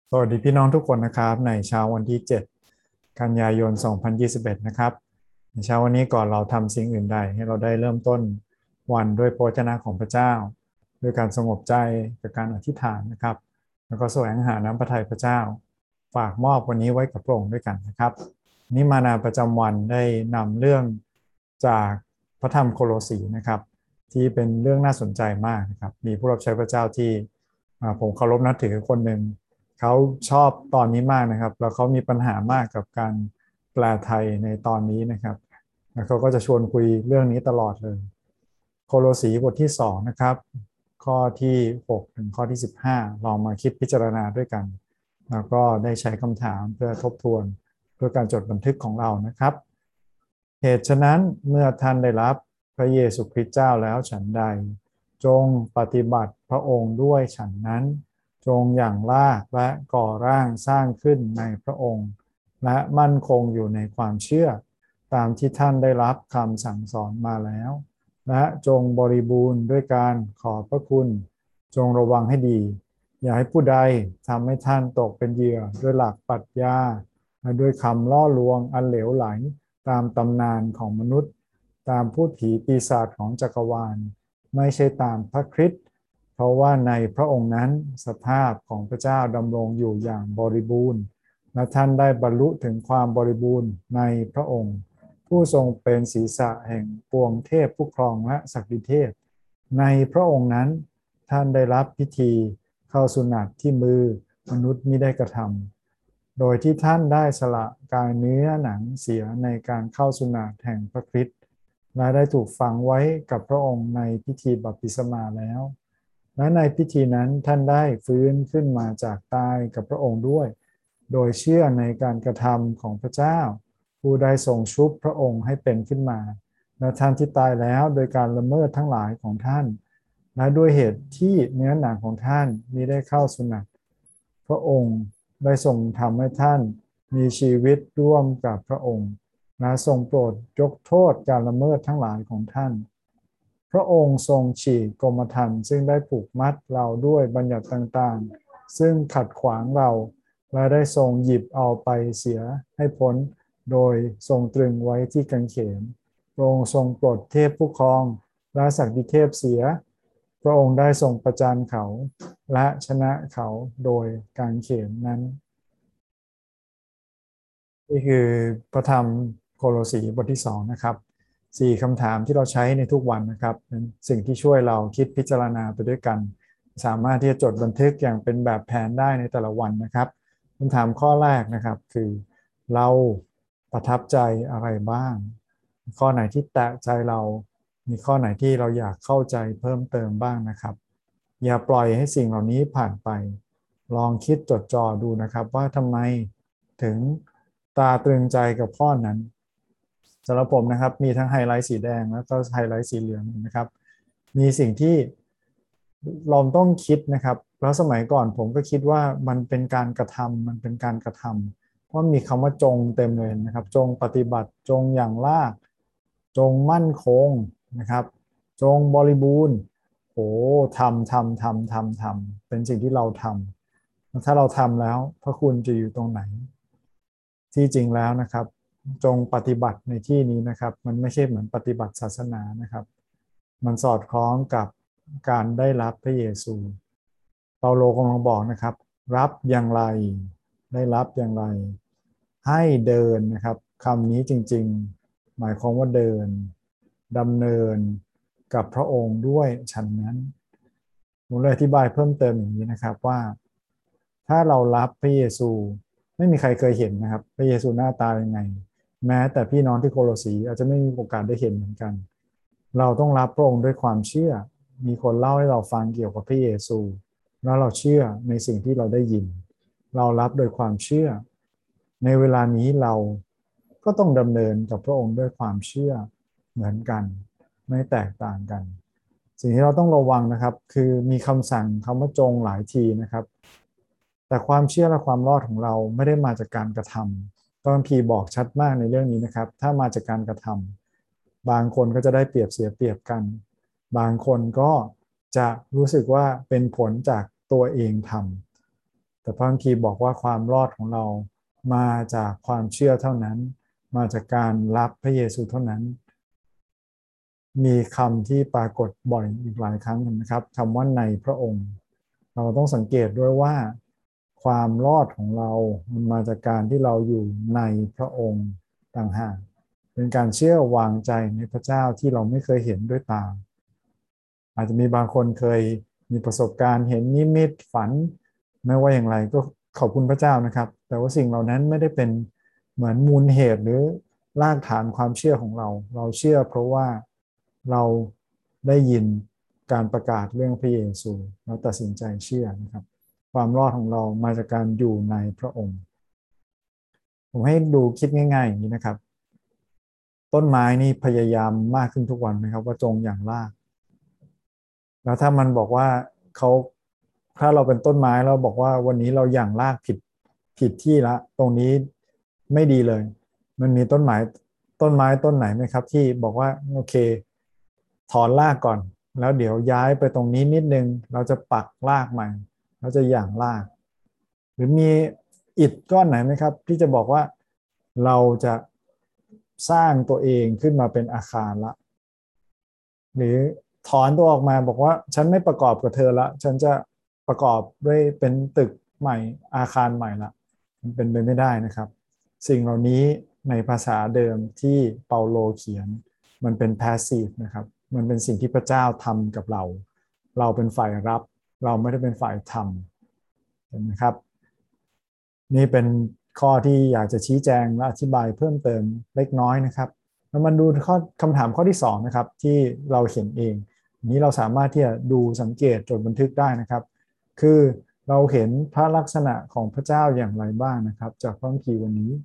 สวัสดีพี่น้องทุกคนนะครับในเช้าวันที่7กันยายน2021นะครับในเช้าวันนี้ก่อนเราทำสิ่งอื่นใดให้เราได้เริ่มต้นวันด้วยพระวจนะของพระเจ้าด้วยการสงบใจกับการอธิษฐานนะครับแล้วก็แสวงหาน้ำพระทัยพระเจ้าฝากมอบวันนี้ไว้กับพระองค์ด้วยกันนะครับนี้มานาประจำวันได้นำเรื่องจากพระธรรมโคโลสีนะครับที่เป็นเรื่องน่าสนใจมากนะครับมีผู้รับใช้พระเจ้าที่ผมเคารพนับถือคนหนึ่ง เขาชอบตอนนี้มากนะครับแล้วเขามีปัญหามากกับการแปลไทยในตอนนี้นะครับแล้วเขาก็จะชวนคุยเรื่องนี้ตลอดเลยโคโลสีบทที่2นะครับข้อที่6ถึงข้อที่15ลองมาคิดพิจารณาด้วยกันแล้วก็ได้ใช้คำถามเพื่อทบทวนเพื่อการจดบันทึกของเรานะครับเหตุฉะนั้นเมื่อท่านได้รับพระเยซูคริสต์เจ้าแล้วฉันใดจงปฏิบัติพระองค์ด้วยฉันนั้น จงอย่างลากและก่อร่างสร้างขึ้นในพระองค์และมั่นคงอยู่ในความเชื่อตามที่ท่านได้รับคำสั่งสอนมาแล้วและจงบริบูรณ์ด้วยการขอบพระคุณจงระวังให้ดีอย่าให้ผู้ใดทำให้ท่านตกเป็นเหยื่อด้วยหลักปรัชญาและด้วยคำล่อลวงอันเหลวไหลตามตำนานของมนุษย์ตามพูดผีปีศาจของจักรวาลไม่ใช่ตามพระคริสต์ เพราะว่าในพระองค์นั้นสภาพของพระเจ้าดำรงอยู่อย่างบริบูรณ์และท่านได้บรรลุถึงความบริบูรณ์ในพระองค์ผู้ทรงเป็นศีรษะแห่งปวงเทพผู้ครองและศักดิเทพในพระองค์นั้นท่านได้รับพิธีเข้าสุนัตที่มือมนุษย์มิได้กระทำโดยที่ท่านได้สละกายเนื้อหนังเสียในการเข้าสุนัตแห่งพระคริสต์และได้ถูกฝังไว้กับพระองค์ในพิธีบัพติศมาแล้วและในพิธีนั้นท่านได้ฟื้นขึ้นมาจากตายกับพระองค์ด้วยโดยเชื่อในการกระทำของพระเจ้าผู้ได้ทรงชุบพระองค์ให้เป็นขึ้นมาและท่านที่ตายแล้วโดยการละเมิดทั้งหลายของท่านและด้วยเหตุที่เนื้อหนังของท่านมิได้เข้าสุนัตพระองค์ได้ทรงทำให้ท่านมีชีวิตร่วมกับพระองค์และทรงโปรดยกโทษการละเมิดทั้งหลายของท่าน พระองค์ทรงฉีกกรมธรรม์ซึ่งได้ผูกมัดเราด้วยบัญญัติต่างๆซึ่งขัดขวางเราและได้ทรงหยิบเอาไปเสียให้พ้นโดยทรงตรึงไว้ที่กางเขนพระองค์ทรงปลดเทพผู้ครองและศักดิเทพเสียพระองค์ได้ทรงประจานเขาและชนะเขาโดยกางเขนนั้นนี่คือพระธรรมโคโลสีบทที่2นะครับ4 คำถามที่เราใช้ในทุกวันนะครับเป็นสิ่งที่ช่วยเราคิดพิจารณาไปด้วยกันสามารถที่จะจดบันทึกอย่างเป็นแบบแผนได้ในแต่ละวันนะครับคำถามข้อแรกนะครับคือเราประทับใจอะไรบ้างข้อไหนที่แตะใจเรามีข้อไหนที่เราอยากเข้าใจเพิ่มเติมบ้างนะครับอย่าปล่อยให้สิ่งเหล่านี้ผ่านไปลองคิดจดจ่อดูนะครับว่าทำไมถึงตราตรึงใจกับข้อนั้นสำหรับผมนะครับมีทั้งไฮไลท์สีแดงแล้วก็ไฮไลท์สีเหลืองนะครับมีสิ่งที่เราต้องคิดนะครับแล้วสมัยก่อนผมก็คิดว่ามันเป็นการกระทำมันเป็นการกระทำเพราะมีคำว่าจงเต็มเลยนะครับจงปฏิบัติจงอย่างลากจงมั่นคงนะครับจงบริบูรณ์โอ้ทำเป็นสิ่งที่เราทำถ้าเราทำแล้วพระคุณจะอยู่ตรงไหนที่จริงแล้วนะครับจงปฏิบัติในที่นี้นะครับมันไม่ใช่เหมือนปฏิบัติศาสนานะครับมันสอดคล้องกับการได้รับพระเยซูเปาโลกำลังบอกนะครับรับอย่างไรได้รับอย่างไรให้เดินนะครับคำนี้จริงๆหมายความว่าเดินดำเนินกับพระองค์ด้วยฉันนั้นผมเลยอธิบายเพิ่มเติมอย่างนี้นะครับว่าถ้าเรารับพระเยซูไม่มีใครเคยเห็นนะครับพระเยซูหน้าตายังไงแม้แต่พี่น้องที่โคโลสีอาจจะไม่มีโอกาสได้เห็นเหมือนกันเราต้องรับพระองค์ด้วยความเชื่อมีคนเล่าให้เราฟังเกี่ยวกับพระเยซูแล้วเราเชื่อในสิ่งที่เราได้ยินเรารับโดยความเชื่อในเวลานี้เราก็ต้องดำเนินกับพระองค์ด้วยความเชื่อเหมือนกันไม่แตกต่างกันสิ่งที่เราต้องระวังนะครับคือมีคำสั่งคำว่าจงหลายทีนะครับแต่ความเชื่อและความรอดของเราไม่ได้มาจากการกระทำพระคัมภีร์บอกชัดมากในเรื่องนี้นะครับถ้ามาจากการกระทำบางคนก็จะได้เปรียบเสียเปรียบกันบางคนก็จะรู้สึกว่าเป็นผลจากตัวเองทแต่พระคัมภีร์บอกว่าความรอดของเรามาจากความเชื่อเท่านั้นมาจากการรับพระเยซูเท่านั้นมีคำที่ปรากฏบ่อยอีกหลายครั้งนะครับคำว่าในพระองค์เราต้องสังเกตด้วยว่าความรอดของเรามันมาจากการที่เราอยู่ในพระองค์ต่างหากเป็นการเชื่อวางใจในพระเจ้าที่เราไม่เคยเห็นด้วยตาอาจจะมีบางคนเคยมีประสบการณ์เห็นนิมิตฝันไม่ว่าอย่างไรก็ขอบคุณพระเจ้านะครับแต่ว่าสิ่งเหล่านั้นไม่ได้เป็นเหมือนมูลเหตุหรือรากฐานความเชื่อของเราเชื่อเพราะว่าเราได้ยินการประกาศเรื่องพระเยซูเราตัดสินใจเชื่อนะครับความรอดของเรามาจากการอยู่ในพระองค์ผมให้ดูคิดง่ายๆอย่างนี้นะครับต้นไม้นี่พยายามมากขึ้นทุกวันนะครับว่าจงอย่างรากแล้วถ้ามันบอกว่าเขาถ้าเราเป็นต้นไม้เราบอกว่าวันนี้เราอย่างรากผิดที่ละตรงนี้ไม่ดีเลยมันมีต้นไม้ต้นไหนไหมครับที่บอกว่าโอเคถอนรากก่อนแล้วเดี๋ยวย้ายไปตรงนี้นิดนึงเราจะปักรากใหม่เราจะอย่างรากหรือมีอิฐก้อนไหนไหมครับที่จะบอกว่าเราจะสร้างตัวเองขึ้นมาเป็นอาคารละหรือถอนตัวออกมาบอกว่าฉันไม่ประกอบกับเธอละฉันจะประกอบด้วยเป็นตึกใหม่อาคารใหม่ละมันเป็นไปไม่ได้นะครับสิ่งเหล่านี้ในภาษาเดิมที่เปาโลเขียนมันเป็น passive นะครับมันเป็นสิ่งที่พระเจ้าทำกับเราเป็นฝ่ายรับเราไม่ได้เป็นฝ่ายทำเห็นไหมครับนี่เป็นข้อที่อยากจะชี้แจงและอธิบายเพิ่มเติมเล็กน้อยนะครับแล้วมาดูคำถามข้อที่2นะครับที่เราเห็นเองนี้เราสามารถที่จะดูสังเกตจดบันทึกได้นะครับคือเราเห็นพระลักษณะของพระเจ้าอย่างไรบ้างนะครับจากพระคัมภีร์วันนี้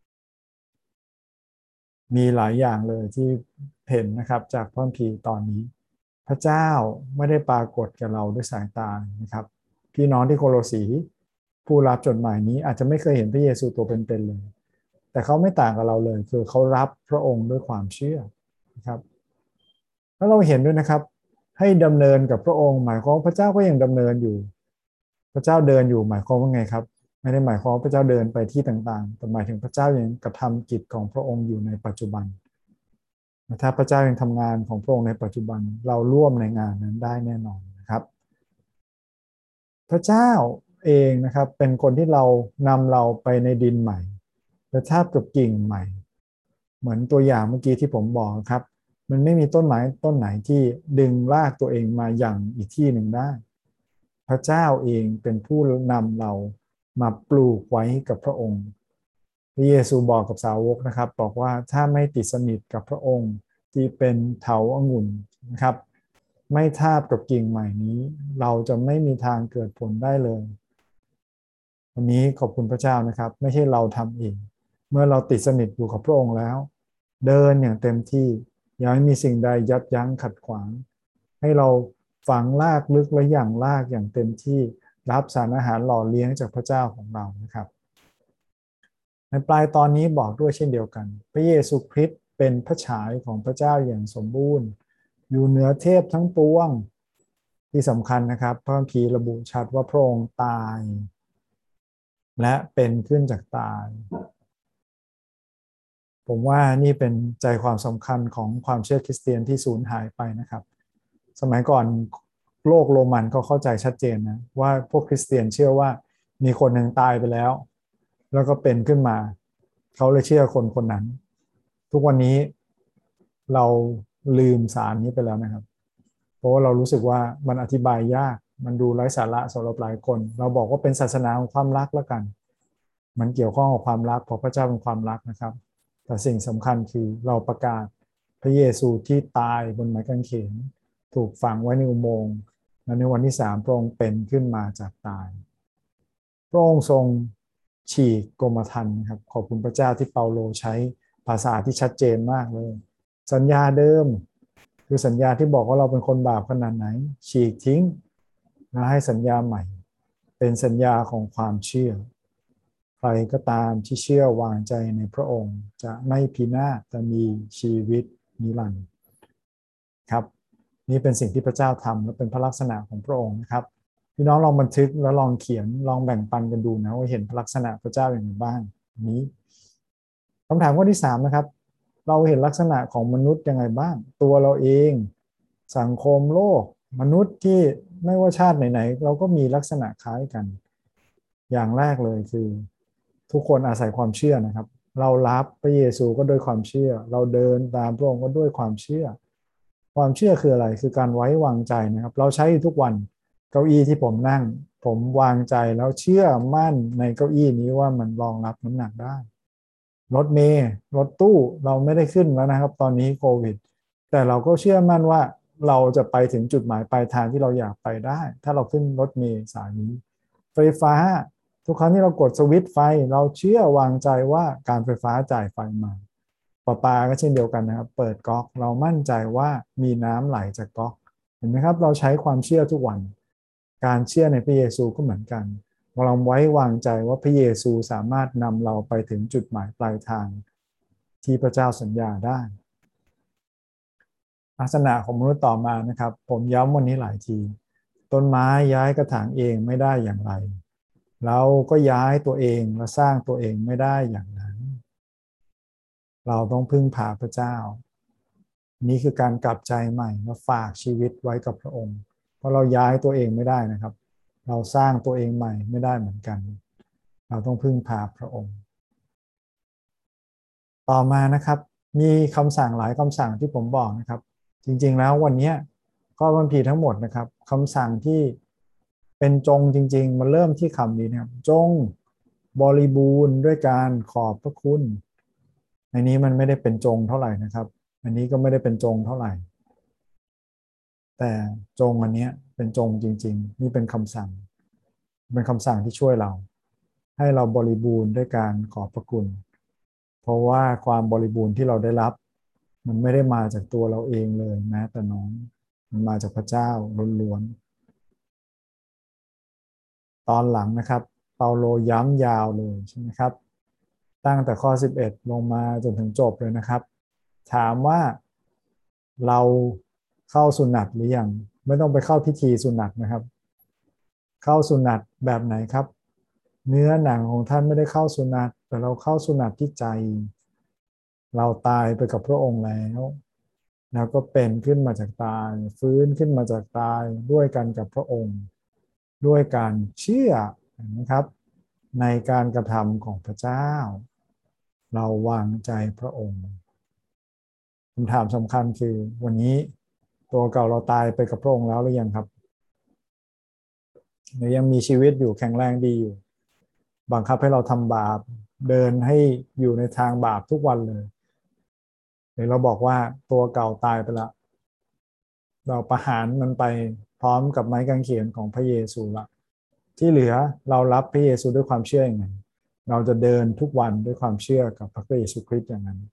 มีหลายอย่างเลยที่เห็นนะครับจากพระคัมภีร์ตอนนี้พระเจ้าไม่ได้ปรากฏแก่เราด้วยสายตานะครับพี่น้องที่โคโลสีผู้รับจดหมายนี้อาจจะไม่เคยเห็นพระเยซูตัวเป็นๆเลยแต่เขาไม่ต่างกับเราเลยคือเขารับพระองค์ด้วยความเชื่อนะครับแล้วเราเห็นด้วยนะครับให้ดำเนินกับพระองค์หมายความว่าพระเจ้าก็ยังดำเนินอยู่พระเจ้าเดินอยู่หมายความว่าไงครับไม่ได้หมายความว่าพระเจ้าเดินไปที่ต่างๆแต่หมายถึงพระเจ้ายังกระทำกิจของพระองค์อยู่ในปัจจุบันถ้าพระเจ้ายังทำงานของพระองค์ในปัจจุบันเราร่วมในงานนั้นได้แน่นอนนะครับพระเจ้าเองนะครับเป็นคนที่เรานำเราไปในดินใหม่และทาบกับกิ่งใหม่เหมือนตัวอย่างเมื่อกี้ที่ผมบอกครับมันไม่มีต้นไม้ต้นไหนที่ดึงรากตัวเองมาอย่างอีกที่หนึ่งได้พระเจ้าเองเป็นผู้นำเรามาปลูกไว้กับพระองค์พระเยซูบอกกับสาวกนะครับบอกว่าถ้าไม่ติดสนิทกับพระองค์ที่เป็นเถาองุ่นนะครับไม่ทาบกับกิ่งใหม่นี้เราจะไม่มีทางเกิดผลได้เลยวันนี้ขอบคุณพระเจ้านะครับไม่ใช่เราทำเองเมื่อเราติดสนิทอยู่กับพระองค์แล้วเดินอย่างเต็มที่อย่าให้มีสิ่งใดยับยั้งขัดขวางให้เราฝังรากลึกและอย่างรากอย่างเต็มที่รับสารอาหารหล่อเลี้ยงจากพระเจ้าของเรานะครับในปลายตอนนี้บอกด้วยเช่นเดียวกันพระเยซูคริสต์เป็นพระฉายของพระเจ้าอย่างสมบูรณ์อยู่เหนือเทพทั้งปวงที่สำคัญนะครับพระคัมภีร์ระบุชัดว่าพระองค์ตายและเป็นขึ้นจากตายผมว่านี่เป็นใจความสำคัญของความเชื่อคริสเตียนที่สูญหายไปนะครับสมัยก่อนโลกโรมันก็เข้าใจชัดเจนนะว่าพวกคริสเตียนเชื่อว่ามีคนหนึ่งตายไปแล้วแล้วก็เป็นขึ้นมาเขาเลยเชื่อคนคนนั้นทุกวันนี้เราลืมสารนี้ไปแล้วนะครับเพราะว่าเรารู้สึกว่ามันอธิบายยากมันดูไร้สาระสำหรับหลายคนเราบอกว่าเป็นศาสนาของความรักแล้วกันมันเกี่ยวข้องกับความรักเพราะพระเจ้าเป็นความรักนะครับแต่สิ่งสำคัญคือเราประกาศพระเยซูที่ตายบนไม้กางเขนถูกฝังไว้ในอุโมงค์และในวันที่3พระองค์เป็นขึ้นมาจากตายพระองค์ทรงฉีกกรมธรรม์ครับขอบคุณพระเจ้าที่เปาโลใช้ภาษาที่ชัดเจนมากเลยสัญญาเดิมคือสัญญาที่บอกว่าเราเป็นคนบาปขนาดไหนฉีกทิ้งและให้สัญญาใหม่เป็นสัญญาของความเชื่อใครก็ตามที่เชื่อวางใจในพระองค์จะไม่พินาศแต่มีชีวิตนิรันดร์ครับนี่เป็นสิ่งที่พระเจ้าทำและเป็นพระลักษณะของพระองค์นะครับพี่น้องลองบันทึกแล้วลองเขียนลองแบ่งปันกันดูนะว่าเห็นลักษณะพระเจ้าอย่างไรบ้างนี้คำถามข้อที่3นะครับเราเห็นลักษณะของมนุษย์ยังไงบ้างตัวเราเองสังคมโลกมนุษย์ที่ไม่ว่าชาติไหนๆเราก็มีลักษณะคล้ายกันอย่างแรกเลยคือทุกคนอาศัยความเชื่อนะครับเรารับพระเยซูก็ด้วยความเชื่อเราเดินตามพระองค์ก็ด้วยความเชื่อความเชื่อคืออะไรคือการไว้วางใจนะครับเราใช้ทุกวันเก้าอี้ที่ผมนั่งผมวางใจแล้วเชื่อมั่นในเก้าอี้นี้ว่ามันรองรับน้ำหนักได้รถเมล์รถตู้เราไม่ได้ขึ้นแล้วนะครับตอนนี้โควิดแต่เราก็เชื่อมั่นว่าเราจะไปถึงจุดหมายปลายทางที่เราอยากไปได้ถ้าเราขึ้นรถเมล์สายนี้ไฟฟ้าทุกครั้งที่เรากดสวิตช์ไฟเราเชื่อวางใจว่าการไฟฟ้าจ่ายไฟมาประปาก็เช่นเดียวกันนะครับเปิดก๊อกเรามั่นใจว่ามีน้ำไหลจากก๊อกเห็นไหมครับเราใช้ความเชื่อทุกวันการเชื่อในพระเยซูก็เหมือนกันเราไว้วางใจว่าพระเยซูสามารถนำเราไปถึงจุดหมายปลายทางที่พระเจ้าสัญญาได้ลักษณะของมนุษย์ต่อมานะครับผมย้ำวันนี้หลายทีต้นไม้ย้ายกระถางเองไม่ได้อย่างไรเราก็ย้ายตัวเองและสร้างตัวเองไม่ได้อย่างนั้นเราต้องพึ่งพาพระเจ้านี่คือการกลับใจใหม่มาฝากชีวิตไว้กับพระองค์เพราะเราย้ายตัวเองไม่ได้นะครับเราสร้างตัวเองใหม่ไม่ได้เหมือนกันเราต้องพึ่งพาพระองค์ต่อมานะครับมีคำสั่งหลายคำสั่งที่ผมบอกนะครับจริงๆแล้ววันนี้ก็บัญพีทั้งหมดนะครับคำสั่งที่เป็นจงจริงๆมันเริ่มที่คำนี้นะครับจงบริบูรณ์ด้วยการขอบพระคุณในนี้มันไม่ได้เป็นจงเท่าไหร่นะครับอันนี้ก็ไม่ได้เป็นจงเท่าไหร่แต่จงอันนี้เป็นจงจริงๆนี่เป็นคำสั่งเป็นคำสั่งที่ช่วยเราให้เราบริบูรณ์ด้วยการขอบพระคุณเพราะว่าความบริบูรณ์ที่เราได้รับมันไม่ได้มาจากตัวเราเองเลยแม้แต่น้อยมันมาจากพระเจ้าล้วนๆตอนหลังนะครับเปาโลย้ำยาวเลยใช่ไหมครับตั้งแต่ข้อ11ลงมาจนถึงจบเลยนะครับถามว่าเราเข้าสุนัตหรือยังไม่ต้องไปเข้าพิธีสุนัตนะครับเข้าสุนัตแบบไหนครับเนื้อหนังของท่านไม่ได้เข้าสุนัตแต่เราเข้าสุนัตที่ใจเราตายไปกับพระองค์แล้วก็เป็นขึ้นมาจากตายฟื้นขึ้นมาจากตายด้วยกันกับพระองค์ด้วยการเชื่อนะครับในการกระทำของพระเจ้าเราวางใจพระองค์คำถามสำคัญคือวันนี้ตัวเก่าเราตายไปกับพระองค์แล้วหรือยังครับหรือยังมีชีวิตอยู่แข็งแรงดีอยู่บังคับให้เราทำบาปเดินให้อยู่ในทางบาปทุกวันเลยหรือเราบอกว่าตัวเก่าตายไปแล้วเราประหารมันไปพร้อมกับไม้กางเขนของพระเยซูละที่เหลือเรารับพระเยซูด้วยความเชื่ออย่างไรเราจะเดินทุกวันด้วยความเชื่อกับพระเยซูคริสต์อย่างนั้น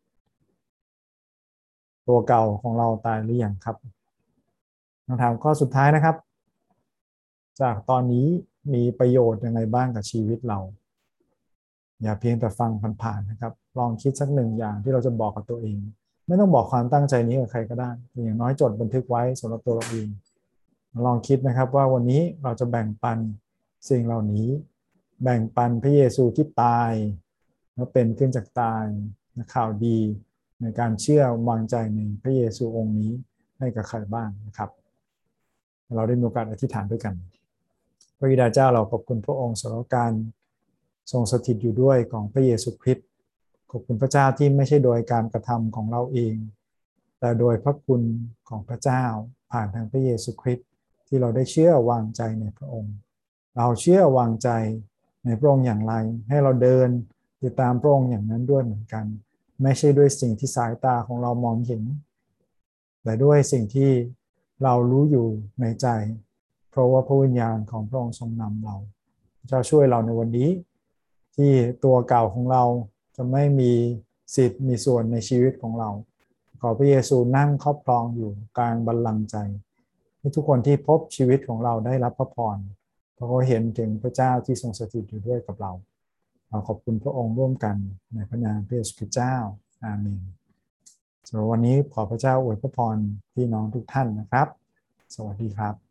ตัวเก่าของเราตายหรือยังครับคำถามข้อสุดท้ายนะครับจากตอนนี้มีประโยชน์ยังไงบ้างกับชีวิตเราอย่าเพียงแต่ฟังผ่านๆนะครับลองคิดสักหนึ่งอย่างที่เราจะบอกกับตัวเองไม่ต้องบอกความตั้งใจนี้กับใครก็ได้อย่างน้อยจดบันทึกไว้สำหรับตัวเราเองลองคิดนะครับว่าวันนี้เราจะแบ่งปันสิ่งเหล่านี้แบ่งปันพระเยซูที่ตายแล้วเป็นขึ้นจากตายข่าวดีในการเชื่อวางใจในพระเยซูองค์นี้ให้กับใครบ้างนะครับเราได้มีโอกาสอธิษฐานด้วยกันพระบิดาเจ้าเราขอบคุณพระองค์สำหรับการทรงสถิตอยู่ด้วยของพระเยซูคริสต์ขอบคุณพระเจ้าที่ไม่ใช่โดยการกระทำของเราเองแต่โดยพระคุณของพระเจ้าผ่านทางพระเยซูคริสต์ที่เราได้เชื่อวางใจในพระองค์เราเชื่อวางใจในพระองค์อย่างไรให้เราเดินติดตามพระองค์อย่างนั้นด้วยเหมือนกันไม่ใช่ด้วยสิ่งที่สายตาของเรามองเห็นแต่ด้วยสิ่งที่เรารู้อยู่ในใจเพราะว่าพระวิญญาณของพระองค์ทรงนำเราจะช่วยเราในวันนี้ที่ตัวเก่าของเราจะไม่มีสิทธิ์มีส่วนในชีวิตของเราขอพระเยซูนั่งครอบครองอยู่กลางบัลลังก์ใจให้ทุกคนที่พบชีวิตของเราได้รับพระพรเพราะเขาเห็นถึงพระเจ้าที่ทรงสถิตอยู่ด้วยกับเราเราขอบคุณพระองค์ร่วมกันในพระนามพระเยซูคริสต์เจ้าอาเมนสำหรับวันนี้ขอพระเจ้าอวยพระพรพี่น้องทุกท่านนะครับสวัสดีครับ